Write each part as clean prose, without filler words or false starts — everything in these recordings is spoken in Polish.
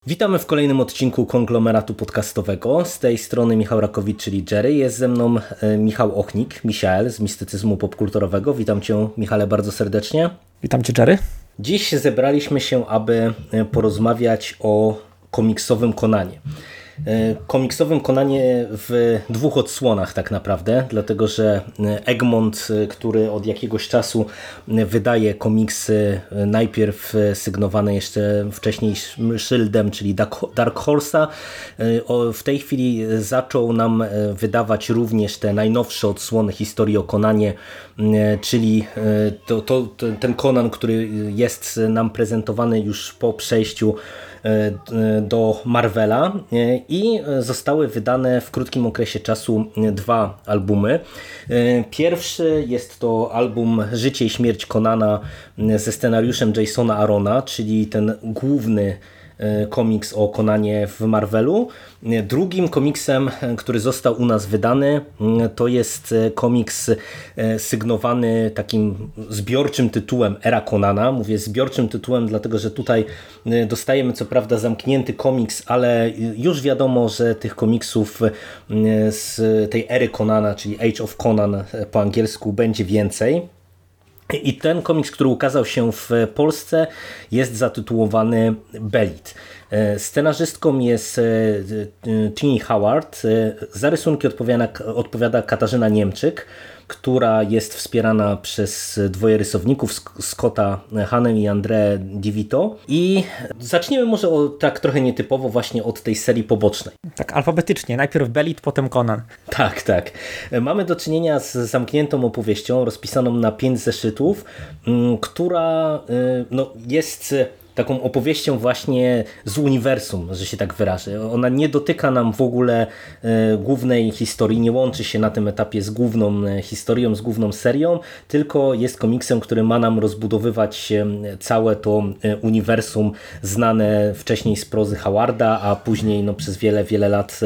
Witamy w kolejnym odcinku konglomeratu podcastowego. Z tej strony Michał Rakowicz, czyli Jerry. Jest ze mną Michał Ochnik, Michael z Mistycyzmu Popkulturowego. Witam Cię, Michale, bardzo serdecznie. Witam Cię, Jerry. Dziś zebraliśmy się, aby porozmawiać o komiksowym Conanie. Komiksowym Conanie w dwóch odsłonach tak naprawdę, dlatego że Egmont, który od jakiegoś czasu wydaje komiksy najpierw sygnowane jeszcze wcześniej szyldem, czyli Dark Horse'a, w tej chwili zaczął nam wydawać również te najnowsze odsłony historii o Conanie, czyli ten Conan, który jest nam prezentowany już po przejściu do Marvela i zostały wydane w krótkim okresie czasu dwa albumy. Pierwszy jest to album Życie i śmierć Conana ze scenariuszem Jasona Aarona, czyli ten główny komiks o Conanie w Marvelu. Drugim komiksem, który został u nas wydany, to jest komiks sygnowany takim zbiorczym tytułem Era Conana. Mówię zbiorczym tytułem, dlatego że tutaj dostajemy co prawda zamknięty komiks, ale już wiadomo, że tych komiksów z tej ery Conana, czyli Age of Conan po angielsku, będzie więcej. I ten komiks, który ukazał się w Polsce, jest zatytułowany Belit. Scenarzystką jest Tini Howard, za rysunki odpowiada Katarzyna Niemczyk, która jest wspierana przez dwoje rysowników, Scotta Hanem i André Di Vito. I zaczniemy może tak trochę nietypowo właśnie od tej serii pobocznej. Tak, alfabetycznie. Najpierw Belit, potem Conan. Tak, tak. Mamy do czynienia z zamkniętą opowieścią, rozpisaną na 5 zeszytów, która jest taką opowieścią właśnie z uniwersum, że się tak wyrażę. Ona nie dotyka nam w ogóle głównej historii, nie łączy się na tym etapie z główną historią, z główną serią, tylko jest komiksem, który ma nam rozbudowywać całe to uniwersum znane wcześniej z prozy Howarda, a później przez wiele, wiele lat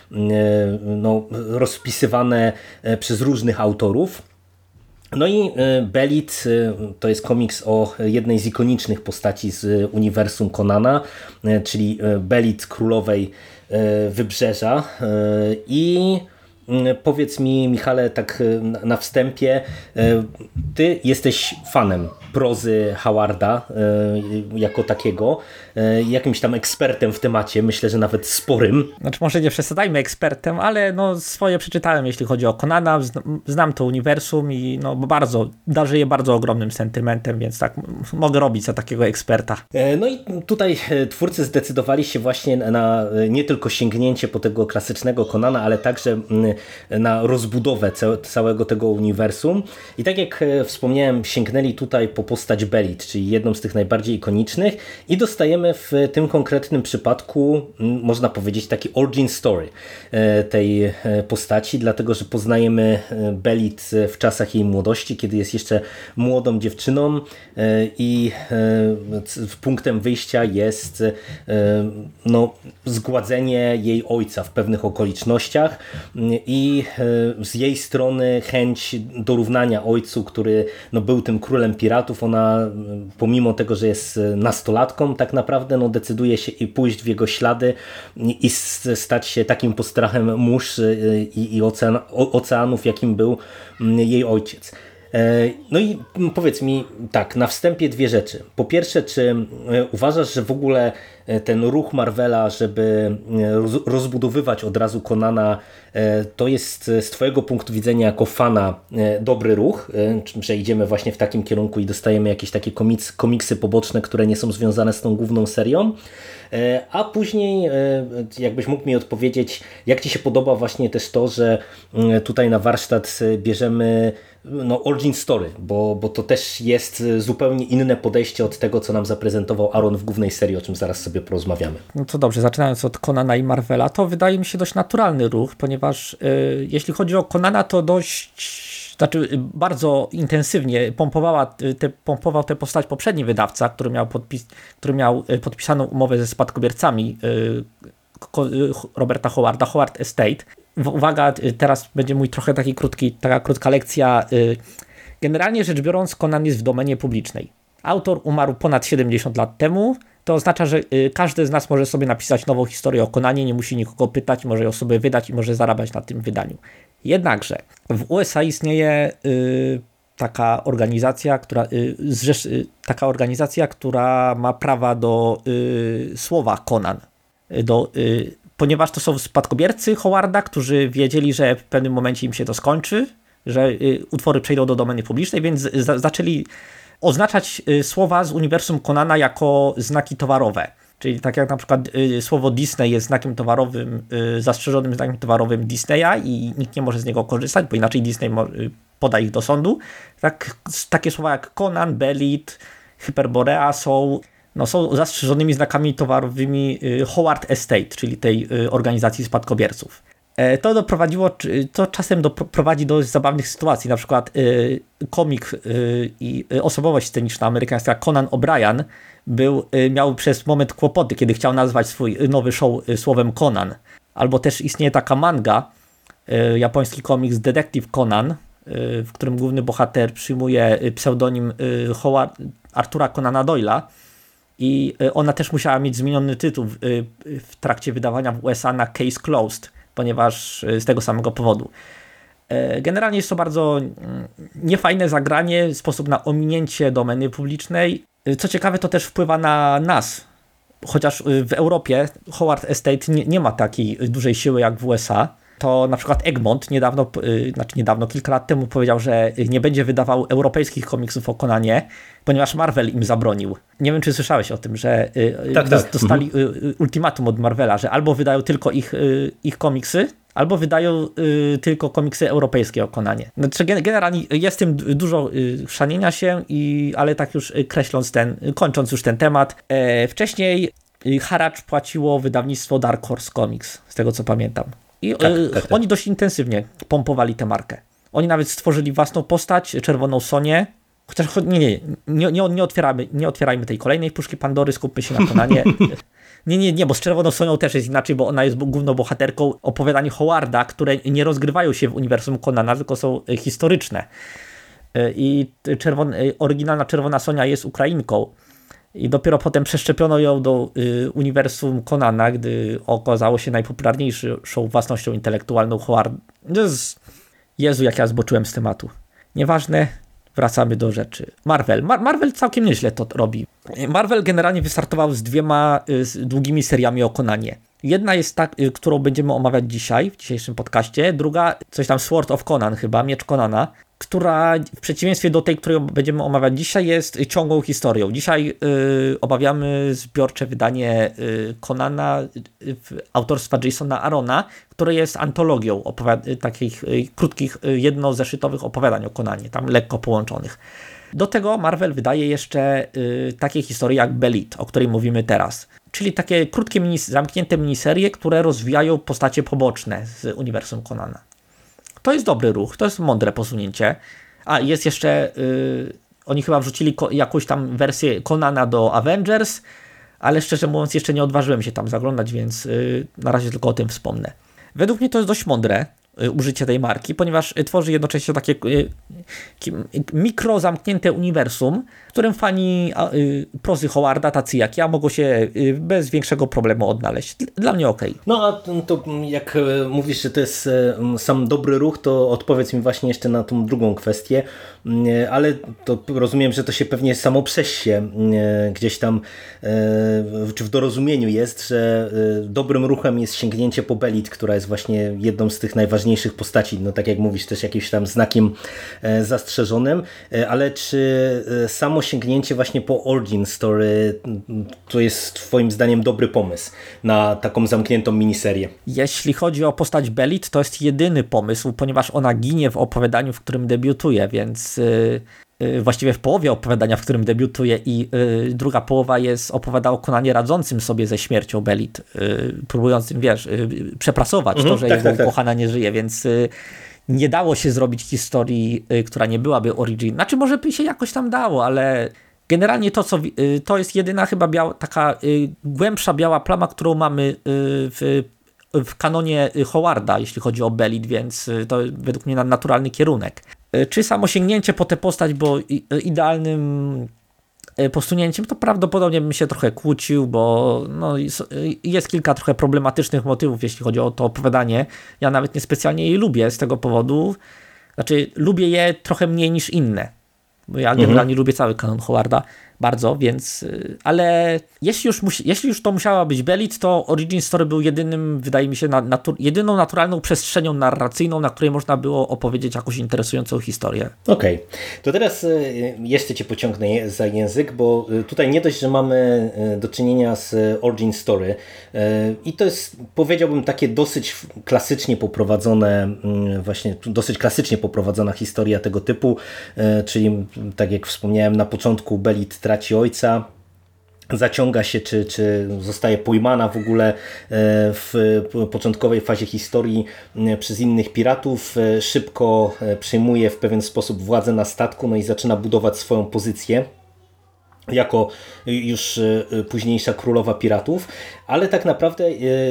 rozpisywane przez różnych autorów. No i Belit to jest komiks o jednej z ikonicznych postaci z uniwersum Conana, czyli Belit Królowej Wybrzeża. I powiedz mi, Michale, tak na wstępie, ty jesteś fanem prozy Howarda jako takiego, jakimś tam ekspertem w temacie, myślę, że nawet sporym. Znaczy może nie przesadzajmy ekspertem, ale swoje przeczytałem, jeśli chodzi o Conana, znam to uniwersum i bardzo, darzę je bardzo ogromnym sentymentem, więc tak mogę robić za takiego eksperta. No i tutaj twórcy zdecydowali się właśnie na nie tylko sięgnięcie po tego klasycznego Conana, ale także na rozbudowę całego tego uniwersum. I tak jak wspomniałem, sięgnęli tutaj po postać Belit, czyli jedną z tych najbardziej ikonicznych, i dostajemy w tym konkretnym przypadku, można powiedzieć, taki origin story tej postaci, dlatego że poznajemy Belit w czasach jej młodości, kiedy jest jeszcze młodą dziewczyną i punktem wyjścia jest zgładzenie jej ojca w pewnych okolicznościach i z jej strony chęć dorównania ojcu, który był tym królem piratów. Ona pomimo tego, że jest nastolatką, tak naprawdę decyduje się i pójść w jego ślady i stać się takim postrachem mórz i oceanów, jakim był jej ojciec. No i powiedz mi tak, na wstępie dwie rzeczy. Po pierwsze, czy uważasz, że w ogóle ten ruch Marvela, żeby rozbudowywać od razu Conana, to jest z twojego punktu widzenia jako fana dobry ruch, że idziemy właśnie w takim kierunku i dostajemy jakieś takie komiksy poboczne, które nie są związane z tą główną serią? A później jakbyś mógł mi odpowiedzieć, jak ci się podoba właśnie też to, że tutaj na warsztat bierzemy origin story, bo to też jest zupełnie inne podejście od tego, co nam zaprezentował Aaron w głównej serii, o czym zaraz sobie porozmawiamy. No to dobrze, zaczynając od Conana i Marvela, to wydaje mi się dość naturalny ruch, ponieważ jeśli chodzi o Conana, to bardzo intensywnie pompował tę postać poprzedni wydawca, który miał podpisaną umowę ze spadkobiercami Roberta Howarda, Howard Estate. Uwaga, teraz będzie taka krótka lekcja. Generalnie rzecz biorąc, Conan jest w domenie publicznej. Autor umarł ponad 70 lat temu, To oznacza, że każdy z nas może sobie napisać nową historię o Conanie, nie musi nikogo pytać, może ją sobie wydać i może zarabiać na tym wydaniu. Jednakże w USA istnieje taka organizacja, która ma prawa do słowa Conan. Ponieważ to są spadkobiercy Howarda, którzy wiedzieli, że w pewnym momencie im się to skończy, że utwory przejdą do domeny publicznej, więc zaczęli oznaczać słowa z uniwersum Conana jako znaki towarowe. Czyli tak jak na przykład słowo Disney jest znakiem towarowym, zastrzeżonym znakiem towarowym Disneya i nikt nie może z niego korzystać, bo inaczej Disney poda ich do sądu. Tak, takie słowa jak Conan, Belit, Hyperborea są zastrzeżonymi znakami towarowymi Howard Estate, czyli tej organizacji spadkobierców. To czasem doprowadzi do zabawnych sytuacji. Na przykład komik i osobowość sceniczna amerykańska Conan O'Brien miał przez moment kłopoty, kiedy chciał nazwać swój nowy show słowem Conan. Albo też istnieje taka manga, japoński komiks Detective Conan, w którym główny bohater przyjmuje pseudonim Artura Conana Doyle'a i ona też musiała mieć zmieniony tytuł w trakcie wydawania w USA na Case Closed, ponieważ z tego samego powodu. Generalnie jest to bardzo niefajne zagranie, sposób na ominięcie domeny publicznej. Co ciekawe, to też wpływa na nas, chociaż w Europie Howard Estate nie ma takiej dużej siły jak w USA. To na przykład Egmont kilka lat temu powiedział, że nie będzie wydawał europejskich komiksów o Conanie, ponieważ Marvel im zabronił. Nie wiem, czy słyszałeś o tym, że dostali ultimatum od Marvela, że albo wydają tylko ich komiksy, albo wydają tylko komiksy europejskie o Conanie. Znaczy, generalnie jest tym dużo chrzanienia się, ale tak już kończąc już ten temat, wcześniej haracz płaciło wydawnictwo Dark Horse Comics, z tego co pamiętam. I tak. Oni dość intensywnie pompowali tę markę. Oni nawet stworzyli własną postać, Czerwoną Sonię. Chociaż nie otwierajmy tej kolejnej puszki Pandory, skupmy się na Conanie. Nie, bo z Czerwoną Sonią też jest inaczej, bo ona jest główną bohaterką opowiadań Howarda, które nie rozgrywają się w uniwersum Conana, tylko są historyczne. I oryginalna Czerwona Sonia jest Ukrainką. I dopiero potem przeszczepiono ją do uniwersum Conana, gdy okazało się najpopularniejszą własnością intelektualną Howard. Jezu, jak ja zboczyłem z tematu. Nieważne, wracamy do rzeczy. Marvel całkiem nieźle to robi. Marvel generalnie wystartował z 2 długimi seriami o Conanie. Jedna jest ta, którą będziemy omawiać dzisiaj, w dzisiejszym podcaście. Druga, coś tam Sword of Conan chyba, Miecz Conana, która w przeciwieństwie do tej, którą będziemy omawiać dzisiaj, jest ciągłą historią. Dzisiaj omawiamy zbiorcze wydanie Conana autorstwa Jasona Aarona, które jest antologią takich krótkich, jednozeszytowych opowiadań o Conanie, tam lekko połączonych. Do tego Marvel wydaje jeszcze takie historie jak Belit, o której mówimy teraz. Czyli takie krótkie, zamknięte miniserie, które rozwijają postacie poboczne z uniwersum Conana. To jest dobry ruch, to jest mądre posunięcie. A jest jeszcze, oni chyba wrzucili jakąś tam wersję Conana do Avengers, ale szczerze mówiąc jeszcze nie odważyłem się tam zaglądać, więc na razie tylko o tym wspomnę. Według mnie to jest dość mądre użycie tej marki, ponieważ tworzy jednocześnie takie mikro zamknięte uniwersum, w którym fani prozy Howarda, tacy jak ja, mogą się bez większego problemu odnaleźć. Dla mnie okej. No a to jak mówisz, że to jest sam dobry ruch, to odpowiedz mi właśnie jeszcze na tą drugą kwestię, ale to rozumiem, że to się pewnie samo przez się gdzieś tam czy w dorozumieniu jest, że dobrym ruchem jest sięgnięcie po Belit, która jest właśnie jedną z tych najważniejszych postaci, no tak jak mówisz, też jakimś tam znakiem zastrzeżonym, ale czy samo sięgnięcie właśnie po origin story to jest twoim zdaniem dobry pomysł na taką zamkniętą miniserię? Jeśli chodzi o postać Belit, to jest jedyny pomysł, ponieważ ona ginie w opowiadaniu, w którym debiutuje, więc właściwie w połowie opowiadania, w którym debiutuje i druga połowa opowiada o Conanie radzącym sobie ze śmiercią Belit, próbującym, przepracować to, że jego ukochana nie żyje, więc nie dało się zrobić historii, która nie byłaby origin. Znaczy może by się jakoś tam dało, ale generalnie to jest jedyna chyba taka głębsza biała plama, którą mamy w kanonie Howarda, jeśli chodzi o Belit, więc to według mnie naturalny kierunek. Czy samo sięgnięcie po tę postać, bo idealnym posunięciem, to prawdopodobnie bym się trochę kłócił, bo no, jest kilka trochę problematycznych motywów, jeśli chodzi o to opowiadanie. Ja nawet niespecjalnie je lubię z tego powodu. Znaczy, lubię je trochę mniej niż inne. Bo ja generalnie lubię cały kanon Howarda bardzo, więc... Ale jeśli już to musiała być Belit, to Origin Story był jedynym, wydaje mi się, jedyną naturalną przestrzenią narracyjną, na której można było opowiedzieć jakąś interesującą historię. Okej. To teraz jeszcze cię pociągnę za język, bo tutaj nie dość, że mamy do czynienia z Origin Story i to jest, powiedziałbym, takie dosyć klasycznie poprowadzone, właśnie dosyć klasycznie poprowadzona historia tego typu, czyli tak jak wspomniałem na początku, Belit traci ojca, zaciąga się, czy zostaje pojmana w ogóle w początkowej fazie historii przez innych piratów, szybko przejmuje w pewien sposób władzę na statku, no i zaczyna budować swoją pozycję jako już późniejsza królowa piratów, ale tak naprawdę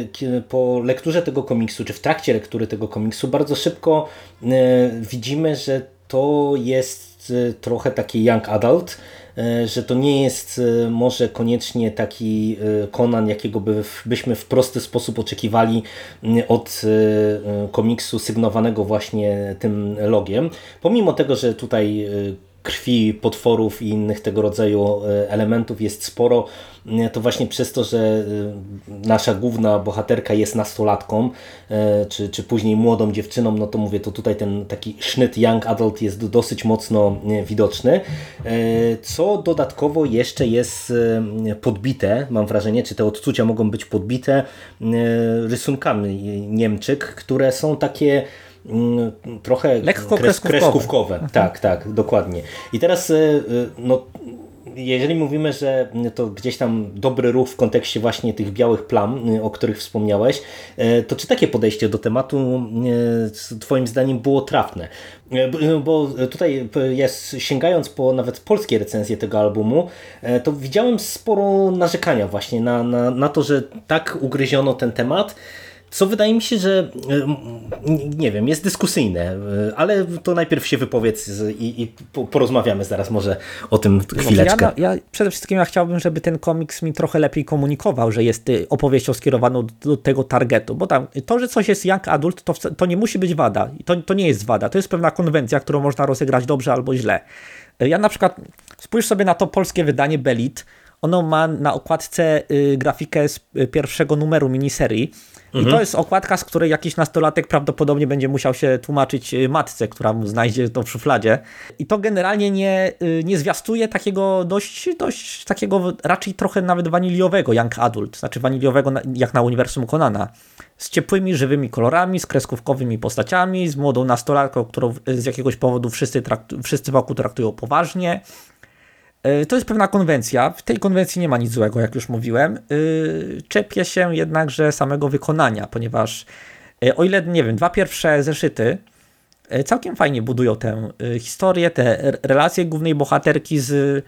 po lekturze tego komiksu, czy w trakcie lektury tego komiksu bardzo szybko widzimy, że to jest trochę taki young adult, że to nie jest może koniecznie taki Conan, jakiego byśmy w prosty sposób oczekiwali od komiksu sygnowanego właśnie tym logiem. Pomimo tego, że tutaj krwi, potworów i innych tego rodzaju elementów jest sporo, to właśnie przez to, że nasza główna bohaterka jest nastolatką, czy później młodą dziewczyną, no to mówię, to tutaj ten taki sznyt young adult jest dosyć mocno widoczny, co dodatkowo jeszcze jest podbite, mam wrażenie, czy te odczucia mogą być podbite rysunkami Niemczyk, które są takie trochę lekko kreskówkowe. Tak, dokładnie. I teraz no, jeżeli mówimy, że to gdzieś tam dobry ruch w kontekście właśnie tych białych plam, o których wspomniałeś, to czy takie podejście do tematu twoim zdaniem było trafne? Bo tutaj sięgając po nawet polskie recenzje tego albumu, to widziałem sporo narzekania właśnie na to, że tak ugryziono ten temat, co wydaje mi się, że nie wiem, jest dyskusyjne, ale to najpierw się wypowiedz i porozmawiamy zaraz może o tym chwileczkę. Ja przede wszystkim chciałbym, żeby ten komiks mi trochę lepiej komunikował, że jest opowieścią skierowaną do tego targetu, bo tam to, że coś jest young adult, to nie musi być wada. To nie jest wada, to jest pewna konwencja, którą można rozegrać dobrze albo źle. Ja na przykład, spójrz sobie na to polskie wydanie Belit, ono ma na okładce grafikę z pierwszego numeru miniserii. I to jest okładka, z której jakiś nastolatek prawdopodobnie będzie musiał się tłumaczyć matce, która mu znajdzie to w szufladzie. I to generalnie nie zwiastuje takiego dość takiego raczej trochę nawet waniliowego young adult, znaczy waniliowego jak na uniwersum Conana. Z ciepłymi, żywymi kolorami, z kreskówkowymi postaciami, z młodą nastolatką, którą z jakiegoś powodu wszyscy wokół traktują poważnie. To jest pewna konwencja. W tej konwencji nie ma nic złego, jak już mówiłem. Czepię się jednakże samego wykonania, ponieważ o ile, nie wiem, 2 pierwsze zeszyty całkiem fajnie budują tę historię, te relacje głównej bohaterki z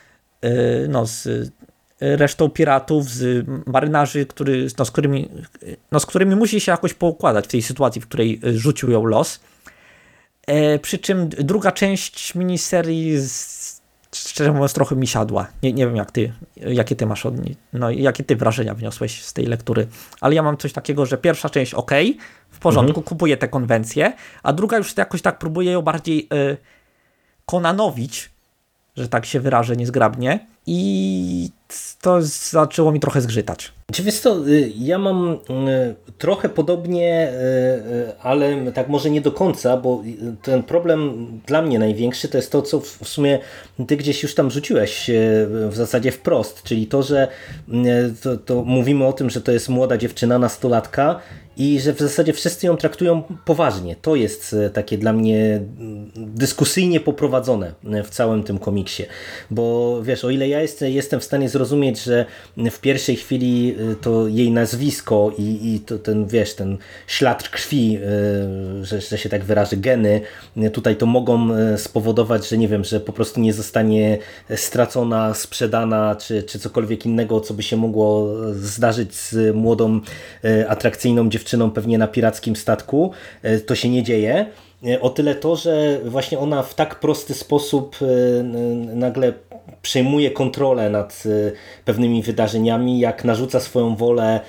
resztą piratów, z marynarzy, z którymi musi się jakoś poukładać w tej sytuacji, w której rzucił ją los. Przy czym druga część miniserii szczerze mówiąc trochę mi siadła. Nie wiem jakie ty masz od niej, jakie ty wrażenia wniosłeś z tej lektury, ale ja mam coś takiego, że pierwsza część w porządku, kupuję tę konwencję, a druga już jakoś tak próbuje ją bardziej konanowić, że tak się wyrażę niezgrabnie, i to zaczęło mi trochę zgrzytać. Wiesz co, ja mam trochę podobnie, ale tak może nie do końca, bo ten problem dla mnie największy to jest to, co w sumie ty gdzieś już tam rzuciłeś w zasadzie wprost, czyli to, że to mówimy o tym, że to jest młoda dziewczyna, nastolatka i że w zasadzie wszyscy ją traktują poważnie. To jest takie dla mnie dyskusyjnie poprowadzone w całym tym komiksie, bo wiesz, o ile ja jestem w stanie zrozumieć, że w pierwszej chwili to jej nazwisko i to ten ślad krwi, że się tak wyrażę, geny, tutaj to mogą spowodować, że nie wiem, że po prostu nie zostanie stracona, sprzedana, czy cokolwiek innego, co by się mogło zdarzyć z młodą, atrakcyjną dziewczyną pewnie na pirackim statku. To się nie dzieje. O tyle to, że właśnie ona w tak prosty sposób nagle przejmuje kontrolę nad pewnymi wydarzeniami, jak narzuca swoją wolę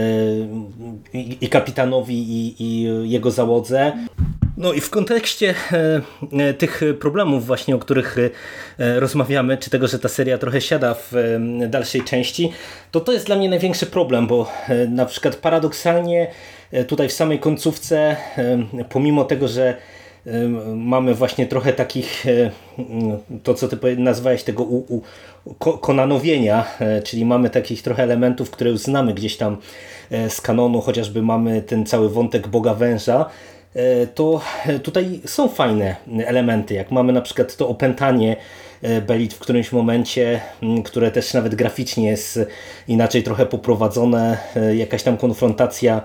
i kapitanowi i jego załodze. No i w kontekście tych problemów właśnie, o których rozmawiamy, czy tego, że ta seria trochę siada w dalszej części, to jest dla mnie największy problem, bo na przykład paradoksalnie tutaj w samej końcówce, pomimo tego, że mamy właśnie trochę takich, to co ty nazwałeś tego konanowienia, czyli mamy takich trochę elementów, które już znamy gdzieś tam z kanonu, chociażby mamy ten cały wątek Boga Węża, to tutaj są fajne elementy, jak mamy na przykład to opętanie Belit w którymś momencie, które też nawet graficznie jest inaczej trochę poprowadzone, jakaś tam konfrontacja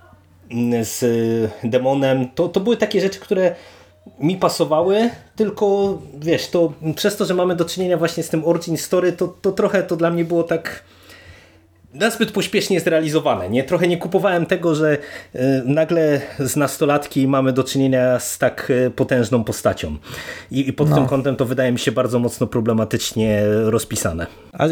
z demonem, to były takie rzeczy, które mi pasowały, tylko wiesz, to przez to, że mamy do czynienia właśnie z tym origin story, to trochę to dla mnie było tak nazbyt pośpiesznie zrealizowane. Nie? Trochę nie kupowałem tego, że nagle z nastolatki mamy do czynienia z tak potężną postacią. I pod tym kątem to wydaje mi się bardzo mocno problematycznie rozpisane.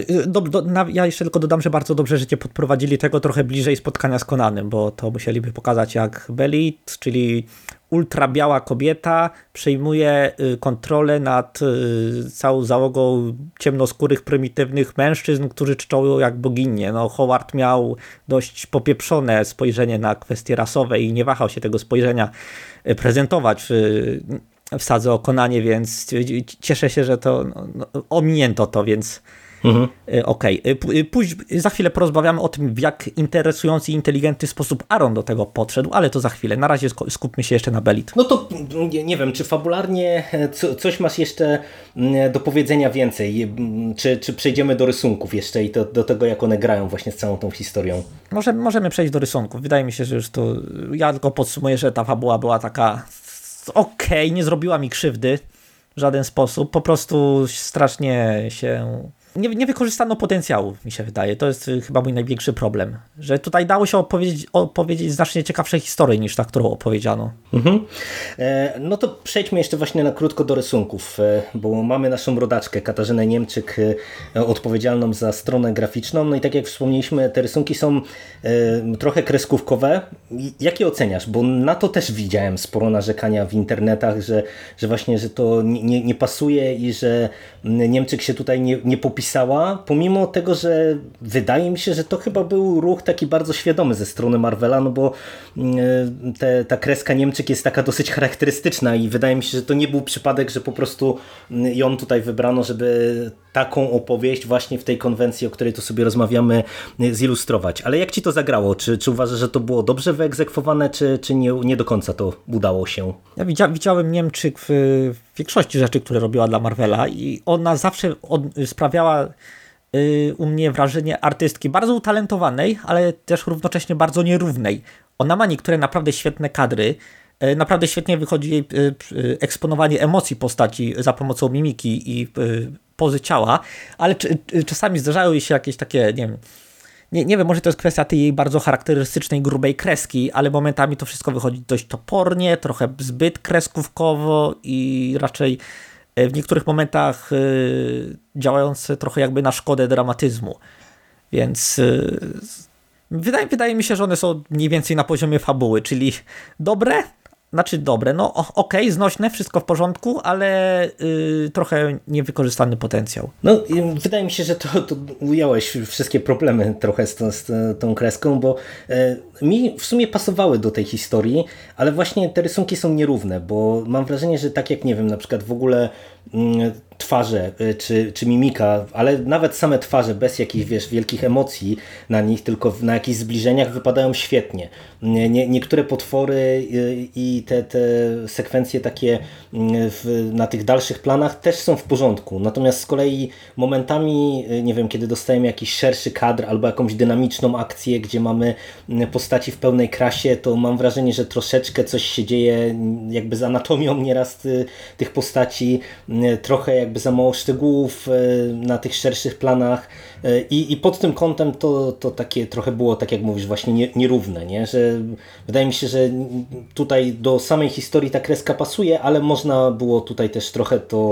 Ja jeszcze tylko dodam, że bardzo dobrze, że cię podprowadzili tego trochę bliżej spotkania z Conanem, bo to musieliby pokazać, jak Belit, czyli ultra biała kobieta, przejmuje kontrolę nad całą załogą ciemnoskórych, prymitywnych mężczyzn, którzy czczą jak boginie. No, Howard miał dość popieprzone spojrzenie na kwestie rasowe i nie wahał się tego spojrzenia prezentować w sadze o Conanie, więc cieszę się, że to ominięto to, więc okej. Za chwilę porozmawiamy o tym, w jak interesujący i inteligentny sposób Aaron do tego podszedł, ale to za chwilę. Na razie skupmy się jeszcze na Belit. No to nie wiem, czy fabularnie coś masz jeszcze do powiedzenia więcej? Czy przejdziemy do rysunków jeszcze i do tego, jak one grają właśnie z całą tą historią? Możemy przejść do rysunków. Wydaje mi się, że już to... Ja tylko podsumuję, że ta fabuła była taka nie zrobiła mi krzywdy w żaden sposób. Po prostu strasznie się... Nie wykorzystano potencjału, mi się wydaje. To jest chyba mój największy problem. Że tutaj dało się opowiedzieć znacznie ciekawsze historie niż ta, którą opowiedziano. No to przejdźmy jeszcze właśnie na krótko do rysunków, bo mamy naszą rodaczkę Katarzynę Niemczyk odpowiedzialną za stronę graficzną. No i tak jak wspomnieliśmy, te rysunki są trochę kreskówkowe. Jak je oceniasz? Bo na to też widziałem sporo narzekania w internetach, że właśnie, że to nie pasuje i że Niemczyk się tutaj nie popisała, pomimo tego, że wydaje mi się, że to chyba był ruch taki bardzo świadomy ze strony Marvela, no bo ta kreska Niemczyk jest taka dosyć charakterystyczna i wydaje mi się, że to nie był przypadek, że po prostu ją tutaj wybrano, żeby taką opowieść właśnie w tej konwencji, o której tu sobie rozmawiamy, zilustrować. Ale jak ci to zagrało? Czy uważasz, że to było dobrze wyegzekwowane, czy nie do końca to udało się? Ja widziałem Niemczyk w większości rzeczy, które robiła dla Marvela i ona zawsze sprawiała u mnie wrażenie artystki bardzo utalentowanej, ale też równocześnie bardzo nierównej. Ona ma niektóre naprawdę świetne kadry, naprawdę świetnie wychodzi jej eksponowanie emocji postaci za pomocą mimiki i pozy ciała, ale czasami zdarzały jej się jakieś takie, nie wiem, może to jest kwestia tej jej bardzo charakterystycznej, grubej kreski, ale momentami to wszystko wychodzi dość topornie, trochę zbyt kreskówkowo i raczej w niektórych momentach działające trochę jakby na szkodę dramatyzmu. Więc wydaje mi się, że one są mniej więcej na poziomie fabuły, czyli dobre, znośne, wszystko w porządku, ale trochę niewykorzystany potencjał. No, wydaje mi się, że to ująłeś wszystkie problemy trochę z tą kreską, bo mi w sumie pasowały do tej historii, ale właśnie te rysunki są nierówne, bo mam wrażenie, że tak jak, nie wiem, na przykład w ogóle twarze czy mimika, ale nawet same twarze bez jakichś, wielkich emocji na nich, tylko na jakichś zbliżeniach wypadają świetnie. Niektóre potwory i te sekwencje takie na tych dalszych planach też są w porządku. Natomiast z kolei momentami, nie wiem, kiedy dostajemy jakiś szerszy kadr albo jakąś dynamiczną akcję, gdzie mamy postaci w pełnej krasie, to mam wrażenie, że troszeczkę coś się dzieje jakby z anatomią nieraz tych postaci, trochę jakby za mało szczegółów na tych szerszych planach i pod tym kątem to takie trochę było, tak jak mówisz, właśnie nierówne, nie? Że wydaje mi się, że tutaj do samej historii ta kreska pasuje, ale można było tutaj też trochę to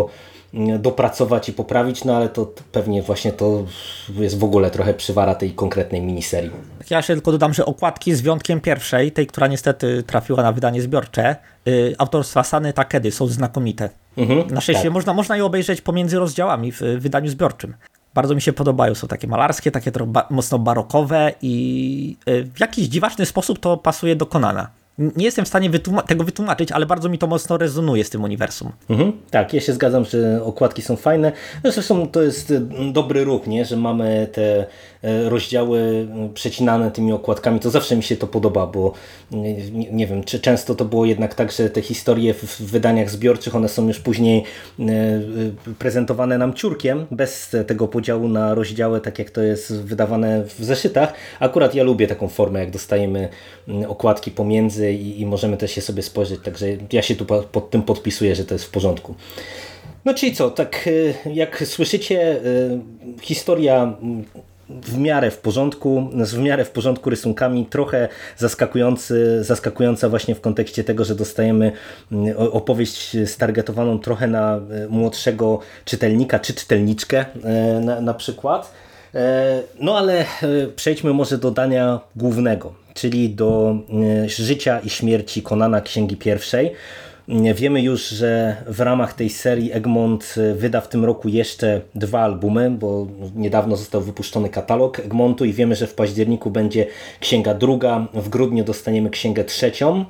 dopracować i poprawić, no ale to pewnie właśnie to jest w ogóle trochę przywara tej konkretnej miniserii. Ja jeszcze tylko dodam, że okładki z wyjątkiem pierwszej, tej, która niestety trafiła na wydanie zbiorcze, autorstwa Sany Takedy są znakomite. Na szczęście tak. można je obejrzeć pomiędzy rozdziałami w wydaniu zbiorczym. Bardzo mi się podobają, są takie malarskie, takie trochę mocno barokowe i w jakiś dziwaczny sposób to pasuje do Conana. Nie jestem w stanie tego wytłumaczyć, ale bardzo mi to mocno rezonuje z tym uniwersum. Tak, ja się zgadzam, że okładki są fajne. No zresztą to jest dobry ruch, nie? Że mamy te rozdziały przecinane tymi okładkami. To zawsze mi się to podoba, bo nie wiem, czy często to było jednak tak, że te historie w wydaniach zbiorczych, one są już później prezentowane nam ciurkiem, bez tego podziału na rozdziały, tak jak to jest wydawane w zeszytach. Akurat ja lubię taką formę, jak dostajemy okładki pomiędzy i możemy też je sobie spojrzeć, także ja się tu pod tym podpisuję, że to jest w porządku. No czyli co, tak jak słyszycie, historia w miarę w porządku, z w miarę w porządku rysunkami, trochę zaskakująca właśnie w kontekście tego, że dostajemy opowieść stargetowaną trochę na młodszego czytelnika czy czytelniczkę na przykład. No ale przejdźmy może do dania głównego, czyli do życia i śmierci Conana Księgi Pierwszej. Wiemy już, że w ramach tej serii Egmont wyda w tym roku jeszcze 2 albumy, bo niedawno został wypuszczony katalog Egmontu i wiemy, że w październiku będzie księga druga, w grudniu dostaniemy księgę trzecią.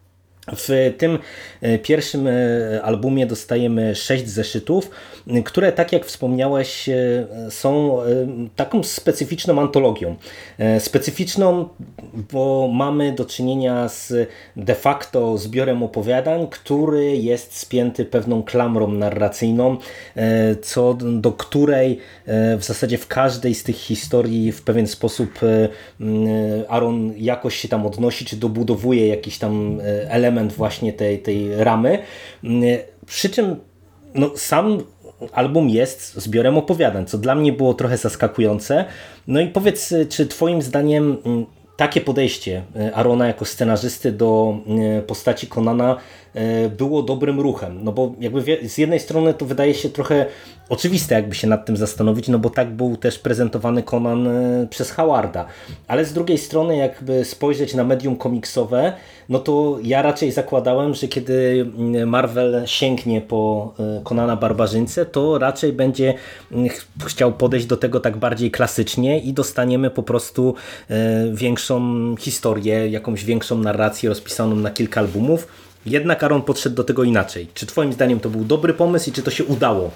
W tym pierwszym albumie dostajemy 6 zeszytów, które, tak jak wspomniałeś, są taką specyficzną antologią. Specyficzną, bo mamy do czynienia z de facto zbiorem opowiadań, który jest spięty pewną klamrą narracyjną, co do której w zasadzie w każdej z tych historii w pewien sposób Aaron jakoś się tam odnosi, czy dobudowuje jakiś tam element właśnie tej ramy. Przy czym no, sam album jest zbiorem opowiadań, co dla mnie było trochę zaskakujące. No i powiedz, czy twoim zdaniem takie podejście Aarona jako scenarzysty do postaci Conana było dobrym ruchem? No bo jakby z jednej strony to wydaje się trochę oczywiste, jakby się nad tym zastanowić, no bo tak był też prezentowany Conan przez Howarda, ale z drugiej strony jakby spojrzeć na medium komiksowe, no to ja raczej zakładałem, że kiedy Marvel sięgnie po Conana Barbarzyńcę, to raczej będzie chciał podejść do tego tak bardziej klasycznie i dostaniemy po prostu większą historię, jakąś większą narrację rozpisaną na kilka albumów. Jednak Aaron podszedł do tego inaczej. Czy twoim zdaniem to był dobry pomysł i czy to się udało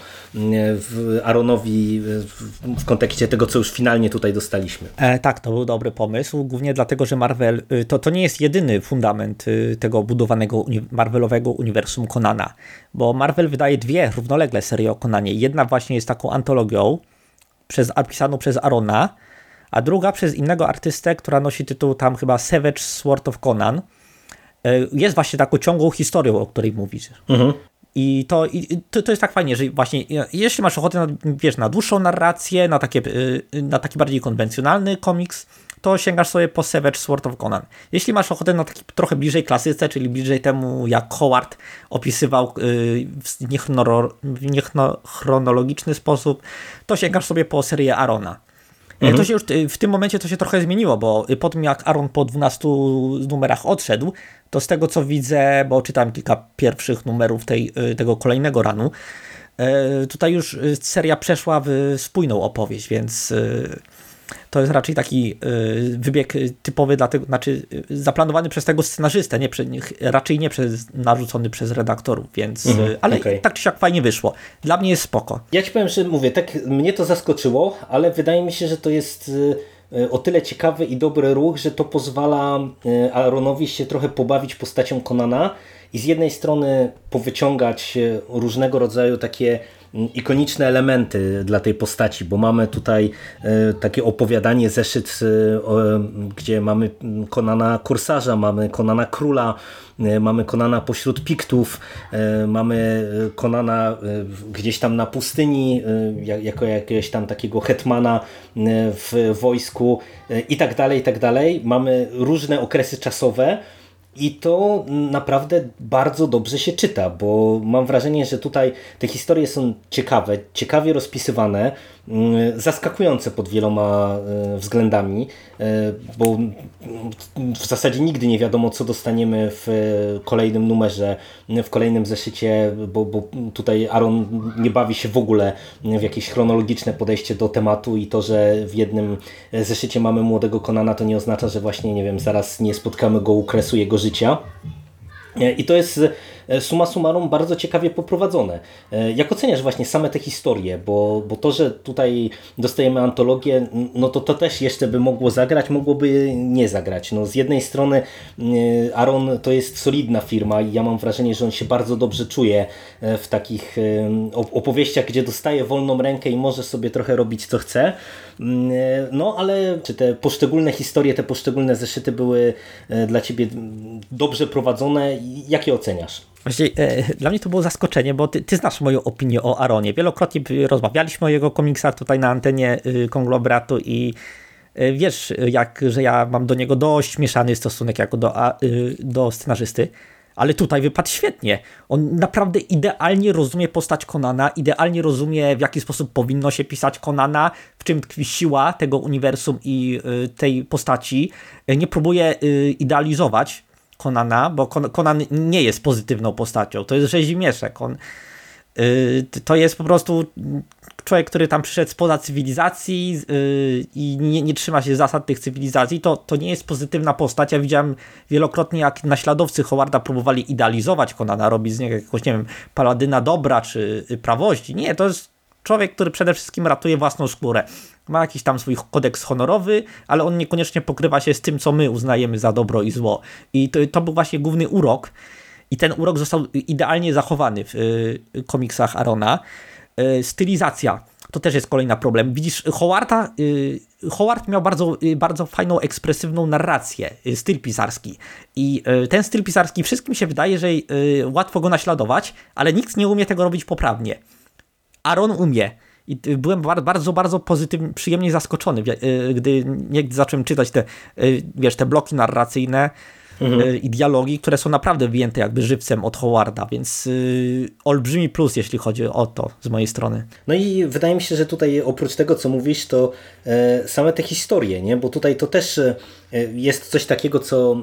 Aaronowi w kontekście tego, co już finalnie tutaj dostaliśmy? Tak, to był dobry pomysł, głównie dlatego, że Marvel to nie jest jedyny fundament tego budowanego Marvelowego uniwersum Conana, bo Marvel wydaje 2 równolegle serie o Conanie. Jedna właśnie jest taką antologią pisaną przez Aarona, a druga przez innego artystę, która nosi tytuł tam chyba Savage Sword of Conan. Jest właśnie taką ciągłą historią, o której mówisz. I to jest tak fajnie, że właśnie jeśli masz ochotę na dłuższą narrację, na taki bardziej konwencjonalny komiks, to sięgasz sobie po Savage Sword of Conan. Jeśli masz ochotę na taki trochę bliżej klasyce, czyli bliżej temu, jak Howard opisywał w niechronologiczny sposób, to sięgasz sobie po serię Aarona. To się już w tym momencie to się trochę zmieniło, bo po tym jak Aaron po 12 numerach odszedł, to z tego co widzę, bo czytałem kilka pierwszych numerów tego kolejnego runu, tutaj już seria przeszła w spójną opowieść, więc to jest raczej taki wybieg typowy, zaplanowany przez tego scenarzystę, raczej nie narzucony przez redaktorów, więc ale tak czy siak fajnie wyszło. Dla mnie jest spoko. Ja ci powiem, że mówię, tak mnie to zaskoczyło, ale wydaje mi się, że to jest o tyle ciekawy i dobry ruch, że to pozwala Aaronowi się trochę pobawić postacią Conana i z jednej strony powyciągać różnego rodzaju takie ikoniczne elementy dla tej postaci, bo mamy tutaj takie opowiadanie, zeszyt, gdzie mamy Conana Korsarza, mamy Conana Króla, mamy Conana pośród Piktów, mamy Conana gdzieś tam na pustyni, jako jakiegoś tam takiego hetmana w wojsku i tak dalej, i tak dalej. Mamy różne okresy czasowe I to naprawdę bardzo dobrze się czyta, bo mam wrażenie, że tutaj te historie są ciekawe, ciekawie rozpisywane, zaskakujące pod wieloma względami, bo w zasadzie nigdy nie wiadomo, co dostaniemy w kolejnym numerze, w kolejnym zeszycie, bo tutaj Aaron nie bawi się w ogóle w jakieś chronologiczne podejście do tematu i to, że w jednym zeszycie mamy młodego Conana, to nie oznacza, że właśnie, nie wiem, zaraz nie spotkamy go u kresu jego życia. I to jest summa summarum bardzo ciekawie poprowadzone. Jak oceniasz właśnie same te historie? Bo to, że tutaj dostajemy antologię, no to też jeszcze by mogło zagrać, mogłoby nie zagrać. No z jednej strony Aaron to jest solidna firma i ja mam wrażenie, że on się bardzo dobrze czuje w takich opowieściach, gdzie dostaje wolną rękę i może sobie trochę robić co chce. No ale czy te poszczególne historie, te poszczególne zeszyty były dla Ciebie dobrze prowadzone? Jak je oceniasz? Właśnie, dla mnie to było zaskoczenie, bo ty znasz moją opinię o Aaronie. Wielokrotnie rozmawialiśmy o jego komiksach tutaj na antenie Konglomeratu i wiesz, że ja mam do niego dość mieszany stosunek jako do scenarzysty, ale tutaj wypadł świetnie. On naprawdę idealnie rozumie postać Conana, idealnie rozumie, w jaki sposób powinno się pisać Conana, w czym tkwi siła tego uniwersum i tej postaci. Nie próbuje idealizować Conana, bo Conan nie jest pozytywną postacią. To jest rzezimieszek. To jest po prostu człowiek, który tam przyszedł spoza cywilizacji i nie trzyma się zasad tych cywilizacji. To nie jest pozytywna postać. Ja widziałem wielokrotnie, jak naśladowcy Howarda próbowali idealizować Conana, robić z niego jakiegoś, nie wiem, paladyna dobra czy prawości. Nie, to jest człowiek, który przede wszystkim ratuje własną skórę. Ma jakiś tam swój kodeks honorowy, ale on niekoniecznie pokrywa się z tym, co my uznajemy za dobro i zło. I to był właśnie główny urok. I ten urok został idealnie zachowany w komiksach Aarona. Stylizacja to też jest kolejny problem. Widzisz, Howard miał bardzo fajną, ekspresywną narrację, styl pisarski. I ten styl pisarski, wszystkim się wydaje, że łatwo go naśladować, ale nikt nie umie tego robić poprawnie. Aaron umie. I byłem bardzo, bardzo pozytywnie, przyjemnie zaskoczony, gdy zacząłem czytać te bloki narracyjne i dialogi, które są naprawdę wyjęte jakby żywcem od Howarda, więc olbrzymi plus, jeśli chodzi o to z mojej strony. No i wydaje mi się, że tutaj oprócz tego, co mówisz, to same te historie, nie? Bo tutaj to też jest coś takiego, co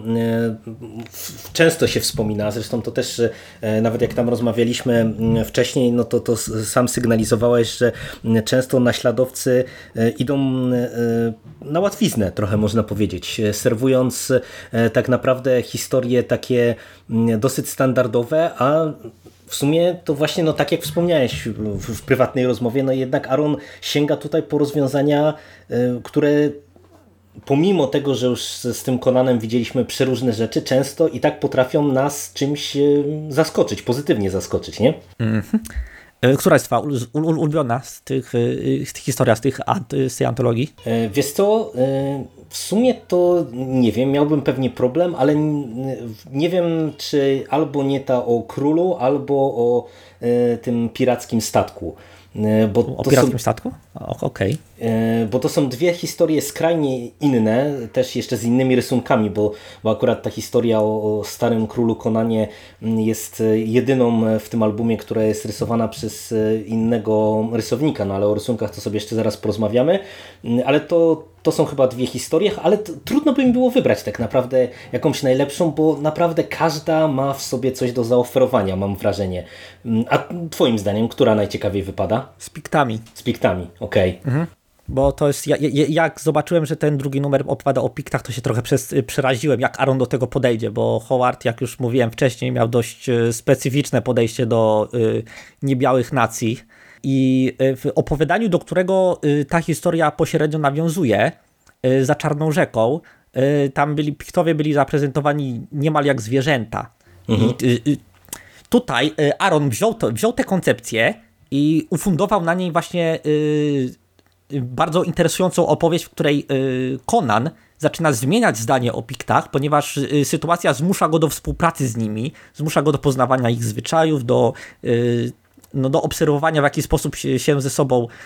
często się wspomina, zresztą to też nawet jak tam rozmawialiśmy wcześniej, no to sam sygnalizowałeś, że często naśladowcy idą na łatwiznę, trochę można powiedzieć, serwując tak naprawdę historie takie dosyć standardowe, a w sumie to właśnie, no tak jak wspomniałeś w prywatnej rozmowie, no jednak Aaron sięga tutaj po rozwiązania, które pomimo tego, że już z tym Conanem widzieliśmy przeróżne rzeczy, często i tak potrafią nas czymś zaskoczyć, pozytywnie zaskoczyć, nie? Która jest twoja ulubiona z tych historii, z tej antologii? Wiesz co, w sumie to nie wiem, miałbym pewnie problem, ale nie wiem, czy albo nie ta o królu, albo o tym pirackim statku. O pirackim statku? Okej. Bo to są dwie historie skrajnie inne, też jeszcze z innymi rysunkami, bo akurat ta historia o starym królu Conanie jest jedyną w tym albumie, która jest rysowana przez innego rysownika, no ale o rysunkach to sobie jeszcze zaraz porozmawiamy, ale to są chyba dwie historie, ale trudno by mi było wybrać tak naprawdę jakąś najlepszą, bo naprawdę każda ma w sobie coś do zaoferowania, mam wrażenie. A twoim zdaniem, która najciekawiej wypada? Z Piktami. Z Piktami, okej. Mhm. Bo to jest, jak zobaczyłem, że ten drugi numer opowiada o Piktach, to się trochę przeraziłem, jak Aaron do tego podejdzie, bo Howard, jak już mówiłem wcześniej, miał dość specyficzne podejście do niebiałych nacji i w opowiadaniu, do którego ta historia pośrednio nawiązuje, za Czarną Rzeką, tam Piktowie byli zaprezentowani niemal jak zwierzęta. Mhm. I tutaj Aaron wziął tę koncepcję i ufundował na niej właśnie bardzo interesującą opowieść, w której Conan zaczyna zmieniać zdanie o Piktach, ponieważ sytuacja zmusza go do współpracy z nimi, zmusza go do poznawania ich zwyczajów, do obserwowania, w jaki sposób się ze sobą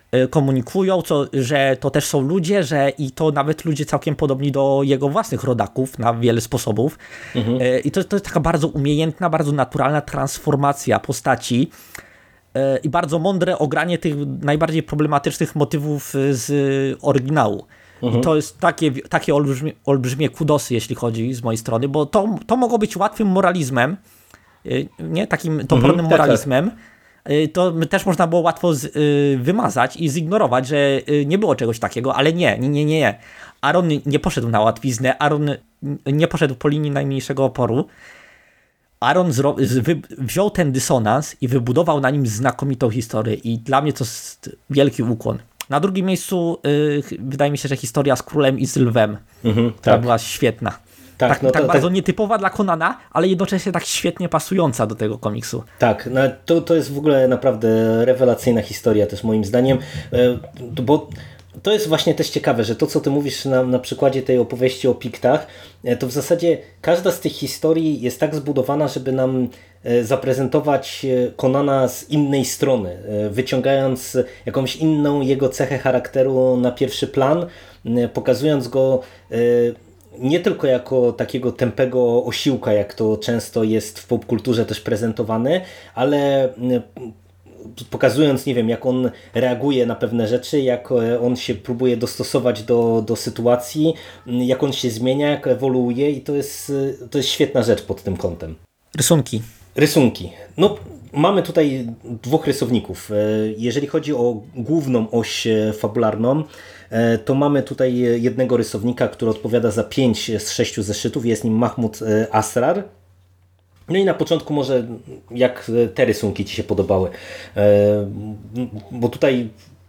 komunikują, że to też są ludzie, że i to nawet ludzie całkiem podobni do jego własnych rodaków na wiele sposobów. I to jest taka bardzo umiejętna, bardzo naturalna transformacja postaci i bardzo mądre ogranie tych najbardziej problematycznych motywów z oryginału. I to jest takie olbrzymie kudosy, jeśli chodzi z mojej strony, bo to mogło być łatwym moralizmem, nie? Takim topornym moralizmem. To też można było łatwo wymazać i zignorować, że nie było czegoś takiego, ale nie. Aaron nie poszedł na łatwiznę, Aaron nie poszedł po linii najmniejszego oporu. Aaron wziął ten dysonans i wybudował na nim znakomitą historię i dla mnie to jest wielki ukłon. Na drugim miejscu wydaje mi się, że historia z królem i z lwem, która była świetna. Tak bardzo nietypowa dla Conana, ale jednocześnie tak świetnie pasująca do tego komiksu. Tak, no to jest w ogóle naprawdę rewelacyjna historia też moim zdaniem, bo to jest właśnie też ciekawe, że to co ty mówisz na przykładzie tej opowieści o Piktach, to w zasadzie każda z tych historii jest tak zbudowana, żeby nam zaprezentować Conana z innej strony, wyciągając jakąś inną jego cechę charakteru na pierwszy plan, pokazując go nie tylko jako takiego tępego osiłka, jak to często jest w popkulturze też prezentowany, ale pokazując, nie wiem, jak on reaguje na pewne rzeczy, jak on się próbuje dostosować do sytuacji, jak on się zmienia, jak ewoluuje i to jest świetna rzecz pod tym kątem. Rysunki. No, mamy tutaj dwóch rysowników. Jeżeli chodzi o główną oś fabularną, to mamy tutaj jednego rysownika, który odpowiada za 5 z 6 zeszytów. Jest nim Mahmud Asrar. No i na początku może jak te rysunki ci się podobały. Bo tutaj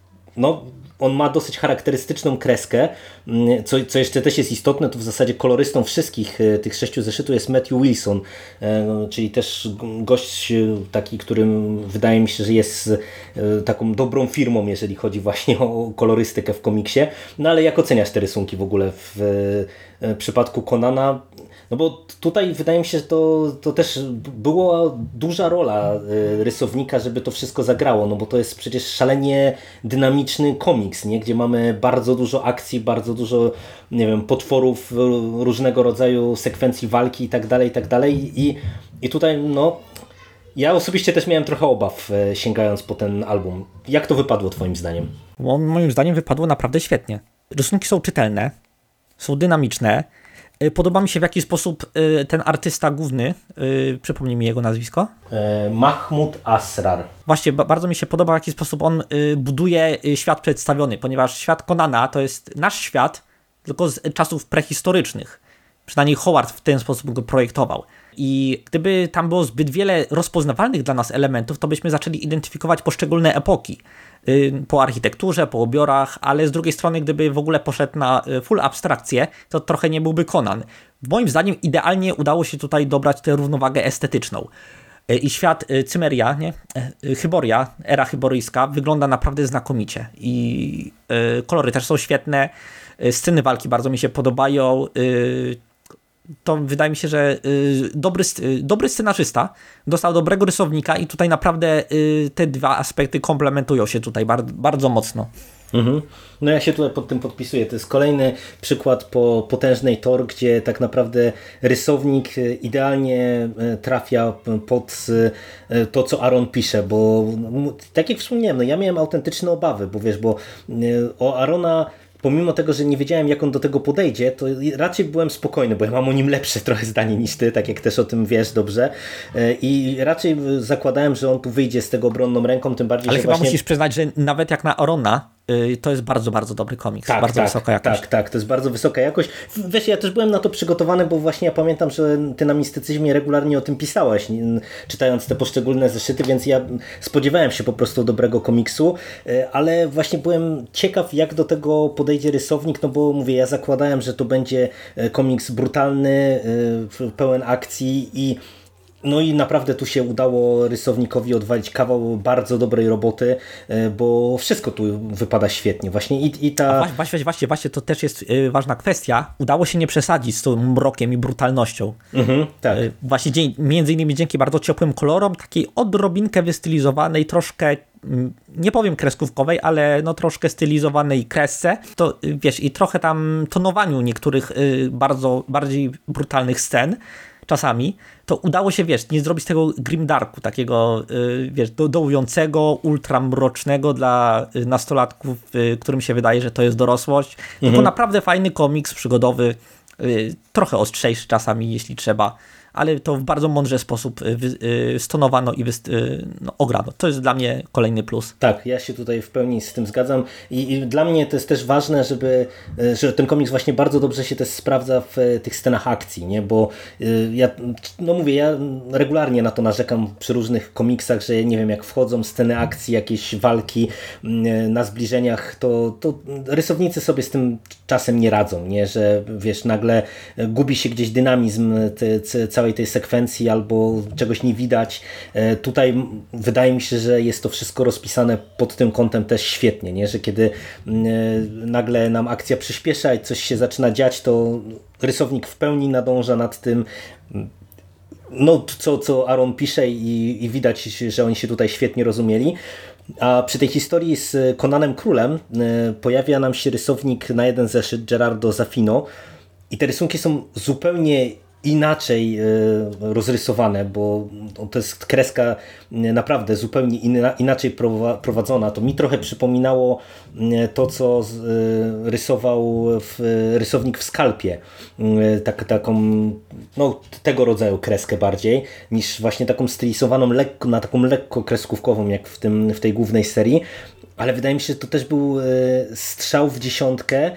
on ma dosyć charakterystyczną kreskę, co jeszcze też jest istotne, to w zasadzie kolorystą wszystkich tych 6 zeszytów jest Matthew Wilson, czyli też gość taki, którym wydaje mi się, że jest taką dobrą firmą, jeżeli chodzi właśnie o kolorystykę w komiksie. No ale jak oceniasz te rysunki w ogóle w przypadku Conana? No bo tutaj wydaje mi się, że to też była duża rola rysownika, żeby to wszystko zagrało, no bo to jest przecież szalenie dynamiczny komiks, nie? Gdzie mamy bardzo dużo akcji, bardzo dużo, nie wiem, potworów, różnego rodzaju sekwencji walki i tak dalej. I tutaj, no, ja osobiście też miałem trochę obaw sięgając po ten album. Jak to wypadło twoim zdaniem? Moim zdaniem wypadło naprawdę świetnie. Rysunki są czytelne, są dynamiczne. Podoba mi się, w jaki sposób ten artysta główny, przypomnij mi jego nazwisko. Mahmud Asrar. Właśnie, bardzo mi się podoba, w jaki sposób on buduje świat przedstawiony, ponieważ świat Conana to jest nasz świat, tylko z czasów prehistorycznych. Przynajmniej Howard w ten sposób go projektował. I gdyby tam było zbyt wiele rozpoznawalnych dla nas elementów, to byśmy zaczęli identyfikować poszczególne epoki. Po architekturze, po ubiorach, ale z drugiej strony, gdyby w ogóle poszedł na full abstrakcję, to trochę nie byłby Conan. Moim zdaniem idealnie udało się tutaj dobrać tę równowagę estetyczną. I świat Cymeria, nie? Hyboria, era hyboryjska wygląda naprawdę znakomicie. I kolory też są świetne, sceny walki bardzo mi się podobają. To wydaje mi się, że dobry scenarzysta dostał dobrego rysownika i tutaj naprawdę te dwa aspekty komplementują się tutaj bardzo mocno. No ja się tutaj pod tym podpisuję. To jest kolejny przykład po potężnej Thor, gdzie tak naprawdę rysownik idealnie trafia pod to, co Aaron pisze, bo tak jak wspomniałem, no ja miałem autentyczne obawy, bo wiesz, bo o Aarona pomimo tego, że nie wiedziałem, jak on do tego podejdzie, to raczej byłem spokojny, bo ja mam o nim lepsze trochę zdanie niż ty, tak jak też o tym wiesz dobrze. I raczej zakładałem, że on tu wyjdzie z tego obronną ręką, tym bardziej, ale że chyba właśnie... musisz przyznać, że nawet jak na Arona, to jest bardzo, bardzo dobry komiks. Bardzo wysoka jakość. Tak, to jest bardzo wysoka jakość. Wiesz, ja też byłem na to przygotowany, bo właśnie ja pamiętam, że ty na Mistycyzmie regularnie o tym pisałeś, czytając te poszczególne zeszyty, więc ja spodziewałem się po prostu dobrego komiksu, ale właśnie byłem ciekaw, jak do tego podejdzie rysownik, no bo mówię, ja zakładałem, że to będzie komiks brutalny, pełen akcji i No i naprawdę tu się udało rysownikowi odwalić kawał bardzo dobrej roboty, bo wszystko tu wypada świetnie. Właśnie i ta... Właśnie, to też jest ważna kwestia. Udało się nie przesadzić z tym mrokiem i brutalnością. Tak. Właśnie między innymi dzięki bardzo ciepłym kolorom, takiej odrobinkę wystylizowanej, troszkę, nie powiem kreskówkowej, ale no troszkę stylizowanej kresce. To wiesz, i trochę tam tonowaniu niektórych bardziej brutalnych scen czasami, to udało się, wiesz, nie zrobić tego grimdarku, takiego, wiesz, dołującego, ultramrocznego dla nastolatków, którym się wydaje, że to jest dorosłość. Tylko naprawdę fajny komiks przygodowy, trochę ostrzejszy czasami, jeśli trzeba, ale to w bardzo mądrze sposób stonowano i ograno. To jest dla mnie kolejny plus. Tak, ja się tutaj w pełni z tym zgadzam i dla mnie to jest też ważne, że ten komiks właśnie bardzo dobrze się też sprawdza w tych scenach akcji, nie? Bo ja regularnie na to narzekam przy różnych komiksach, że nie wiem, jak wchodzą sceny akcji, jakieś walki na zbliżeniach, to rysownicy sobie z tym czasem nie radzą, nie? Że wiesz, nagle gubi się gdzieś dynamizm całej tej sekwencji albo czegoś nie widać. Tutaj wydaje mi się, że jest to wszystko rozpisane pod tym kątem też świetnie, nie? Że kiedy nagle nam akcja przyspiesza i coś się zaczyna dziać, to rysownik w pełni nadąża nad tym, no co Aaron pisze i widać, że oni się tutaj świetnie rozumieli. A przy tej historii z Conanem Królem pojawia nam się rysownik na jeden zeszyt, Gerardo Zaffino, i te rysunki są zupełnie inaczej rozrysowane, bo to jest kreska naprawdę zupełnie inaczej prowadzona. To mi trochę przypominało to, co rysował rysownik w Skalpie. Taką, no, tego rodzaju kreskę bardziej, niż właśnie taką stylizowaną na taką lekko kreskówkową, jak w tej głównej serii. Ale wydaje mi się, że to też był strzał w dziesiątkę,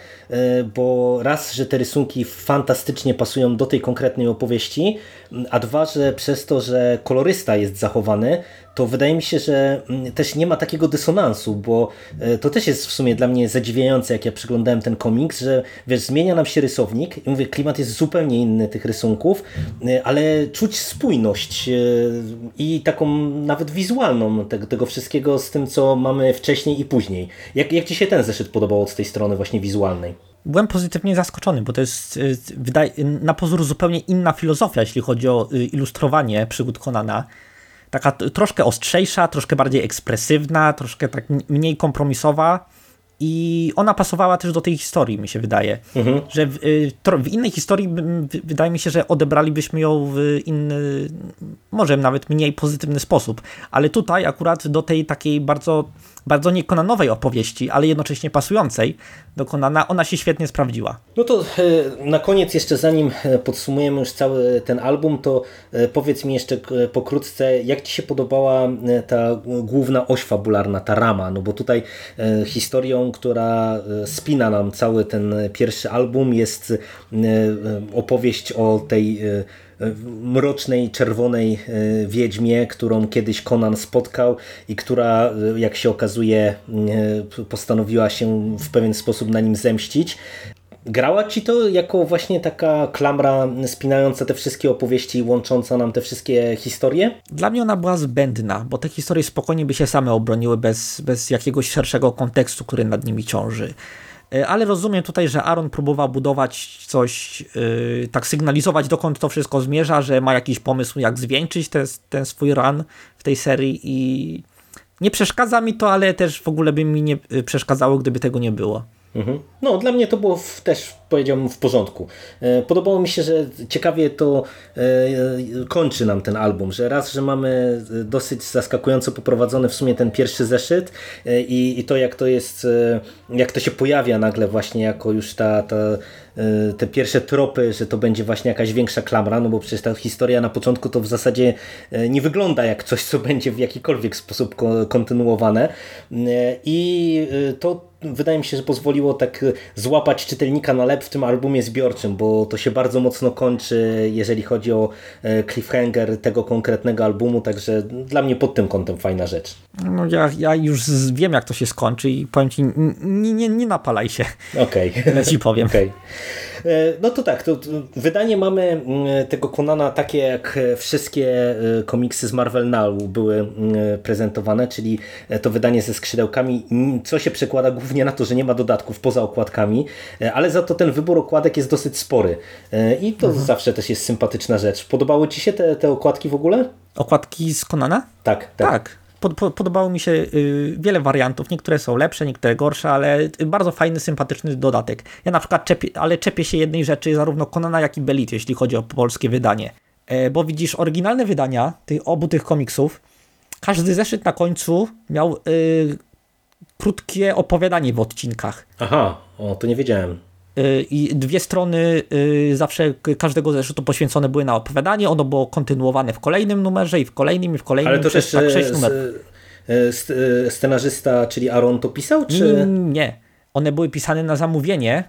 bo raz, że te rysunki fantastycznie pasują do tej konkretnej opowieści, a dwa, że przez to, że kolorysta jest zachowany, to wydaje mi się, że też nie ma takiego dysonansu, bo to też jest w sumie dla mnie zadziwiające, jak ja przeglądałem ten komiks, że wiesz, zmienia nam się rysownik i mówię, klimat jest zupełnie inny tych rysunków, ale czuć spójność i taką nawet wizualną tego wszystkiego z tym, co mamy wcześniej i później. Jak Ci się ten zeszyt podobał od tej strony właśnie wizualnej? Byłem pozytywnie zaskoczony, bo to jest na pozór zupełnie inna filozofia, jeśli chodzi o ilustrowanie przygód Conana. Taka troszkę ostrzejsza, troszkę bardziej ekspresywna, troszkę tak mniej kompromisowa i ona pasowała też do tej historii, mi się wydaje. Że w innej historii wydaje mi się, że odebralibyśmy ją w inny, może nawet mniej pozytywny sposób, ale tutaj akurat do tej takiej bardzo, bardzo niekonanowej opowieści, ale jednocześnie pasującej do Conana, ona się świetnie sprawdziła. No to na koniec jeszcze, zanim podsumujemy już cały ten album, to powiedz mi jeszcze pokrótce, jak Ci się podobała ta główna oś fabularna, ta rama, no bo tutaj historią, która spina nam cały ten pierwszy album, jest opowieść o tej mrocznej, czerwonej wiedźmie, którą kiedyś Conan spotkał i która, jak się okazuje, postanowiła się w pewien sposób na nim zemścić. Grała Ci to jako właśnie taka klamra spinająca te wszystkie opowieści i łącząca nam te wszystkie historie? Dla mnie ona była zbędna, bo te historie spokojnie by się same obroniły bez jakiegoś szerszego kontekstu, który nad nimi ciąży. Ale rozumiem tutaj, że Aaron próbował budować coś, tak sygnalizować, dokąd to wszystko zmierza, że ma jakiś pomysł, jak zwieńczyć ten swój run w tej serii i nie przeszkadza mi to, ale też w ogóle by mi nie przeszkadzało, gdyby tego nie było. No, dla mnie to było też, powiedziałbym, w porządku. Podobało mi się, że ciekawie to kończy nam ten album, że raz, że mamy dosyć zaskakująco poprowadzony w sumie ten pierwszy zeszyt i to jak to jest, jak to się pojawia nagle właśnie jako już te pierwsze tropy, że to będzie właśnie jakaś większa klamra, no bo przecież ta historia na początku to w zasadzie nie wygląda jak coś, co będzie w jakikolwiek sposób kontynuowane i to wydaje mi się, że pozwoliło tak złapać czytelnika na lep w tym albumie zbiorczym, bo to się bardzo mocno kończy, jeżeli chodzi o cliffhanger tego konkretnego albumu, także dla mnie pod tym kątem fajna rzecz. No ja już wiem, jak to się skończy i powiem ci, nie napalaj się. Okej. Tyle ci powiem. Okay. No to tak, to wydanie mamy tego Conana takie, jak wszystkie komiksy z Marvel Now były prezentowane, czyli to wydanie ze skrzydełkami, co się przekłada głównie na to, że nie ma dodatków poza okładkami, ale za to ten wybór okładek jest dosyć spory i to zawsze też jest sympatyczna rzecz. Podobały ci się te okładki w ogóle? Okładki z Conana? Tak. Podobało mi się wiele wariantów. Niektóre są lepsze, niektóre gorsze, ale bardzo fajny, sympatyczny dodatek. Ja na przykład czepię się jednej rzeczy zarówno Conana, jak i Belit, jeśli chodzi o polskie wydanie. Bo widzisz, oryginalne wydania obu tych komiksów, każdy zeszyt na końcu miał krótkie opowiadanie w odcinkach. Aha, to nie wiedziałem. I 2 strony zawsze każdego zeszytu poświęcone były na opowiadanie. Ono było kontynuowane w kolejnym numerze i w kolejnym, Ale to przez też 6 numerów. Scenarzysta, czyli Aaron to pisał? Czy... Nie. One były pisane na zamówienie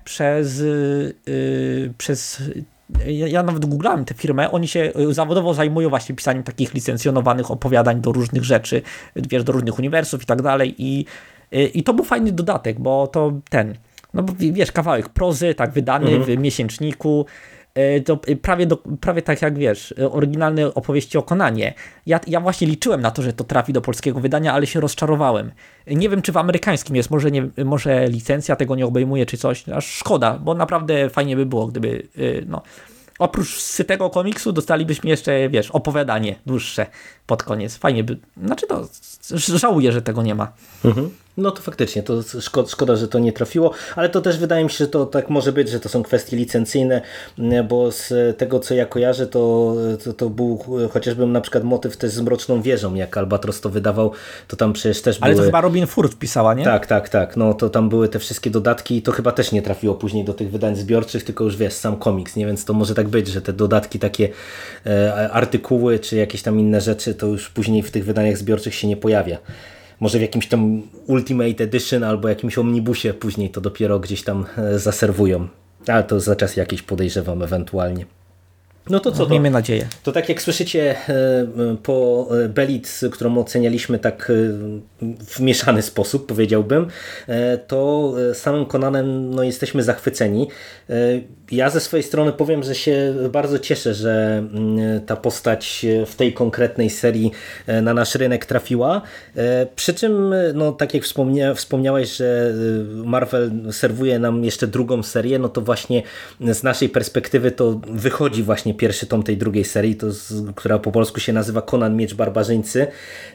przez ja nawet googlałem tę firmę, oni się zawodowo zajmują właśnie pisaniem takich licencjonowanych opowiadań do różnych rzeczy, wiesz, do różnych uniwersów i tak dalej. I to był fajny dodatek, bo to no bo wiesz, kawałek prozy, tak wydany w miesięczniku, to prawie tak jak wiesz, oryginalne opowieści o Conanie. Ja właśnie liczyłem na to, że to trafi do polskiego wydania, ale się rozczarowałem. Nie wiem, czy w amerykańskim jest, może licencja tego nie obejmuje, czy coś, aż szkoda, bo naprawdę fajnie by było, gdyby, no, oprócz sytego komiksu dostalibyśmy jeszcze, wiesz, opowiadanie dłuższe pod koniec. Fajnie by, znaczy to żałuję, że tego nie ma. No to faktycznie, to szkoda, że to nie trafiło, ale to też wydaje mi się, że to tak może być, że to są kwestie licencyjne, bo z tego, co ja kojarzę, to był chociażby na przykład motyw też z Mroczną Wieżą, jak Albatros to wydawał, to tam przecież też były... Ale to chyba Robin Ford pisała, nie? Tak, no to tam były te wszystkie dodatki i to chyba też nie trafiło później do tych wydań zbiorczych, tylko już wiesz, sam komiks, nie? Więc to może tak być, że te dodatki, takie artykuły, czy jakieś tam inne rzeczy, to już później w tych wydaniach zbiorczych się nie pojawia. Może w jakimś tam Ultimate Edition albo jakimś omnibusie później to dopiero gdzieś tam zaserwują. Ale to za czas jakiś podejrzewam ewentualnie. No to co? Miejmy nadzieję. To tak jak słyszycie po Belit, którą ocenialiśmy tak w mieszany sposób, powiedziałbym, to samym Conanem no, jesteśmy zachwyceni. Ja ze swojej strony powiem, że się bardzo cieszę, że ta postać w tej konkretnej serii na nasz rynek trafiła. Przy czym, no, tak jak wspomniałeś, że Marvel serwuje nam jeszcze drugą serię, no to właśnie z naszej perspektywy to wychodzi właśnie pierwszy tom tej drugiej serii, która po polsku się nazywa Conan Miecz Barbarzyńcy.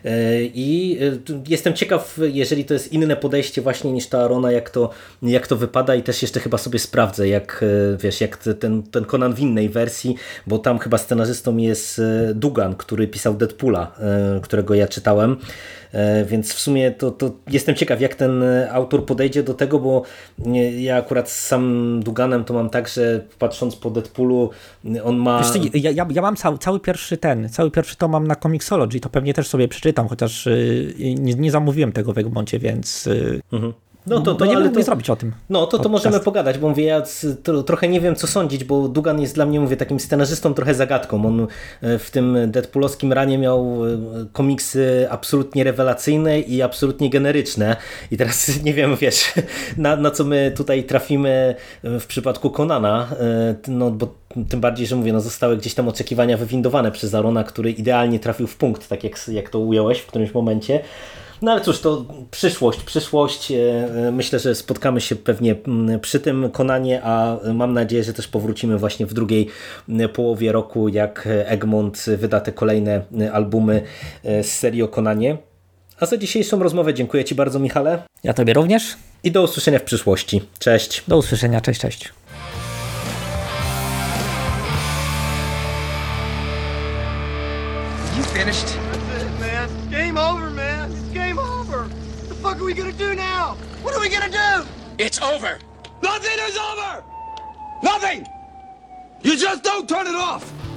I jestem ciekaw, jeżeli to jest inne podejście właśnie niż ta Arona, jak to wypada i też jeszcze chyba sobie sprawdzę, jak ten Conan w innej wersji, bo tam chyba scenarzystą jest Dugan, który pisał Deadpoola, którego ja czytałem. Więc w sumie to jestem ciekaw, jak ten autor podejdzie do tego, bo ja akurat z sam Duganem to mam tak, że patrząc po Deadpoolu, on ma... Wiesz co, ja mam cały pierwszy tom mam na Comixology, to pewnie też sobie przeczytam, chociaż nie zamówiłem tego w Egmoncie, więc... No to nie mogę zrobić o tym. No to możemy pogadać, bo mówię, ja trochę nie wiem, co sądzić, bo Dugan jest dla mnie, mówię, takim scenarzystą trochę zagadką. On w tym deadpoolowskim ranie miał komiksy absolutnie rewelacyjne i absolutnie generyczne. I teraz nie wiem, wiesz, na co my tutaj trafimy w przypadku Conana, no bo tym bardziej, że mówię, no zostały gdzieś tam oczekiwania wywindowane przez Arona, który idealnie trafił w punkt, tak jak to ująłeś w którymś momencie. No ale cóż, to przyszłość. Myślę, że spotkamy się pewnie przy tym Conanie, a mam nadzieję, że też powrócimy właśnie w drugiej połowie roku, jak Egmont wyda te kolejne albumy z serii o Conanie. A za dzisiejszą rozmowę dziękuję Ci bardzo, Michale. Ja Tobie również. I do usłyszenia w przyszłości. Cześć. Do usłyszenia, cześć. You finished? That's it, man. Game over, man. It's game over. What the fuck are we gonna do now? What are we gonna do? It's over. Nothing is over! Nothing! You just don't turn it off!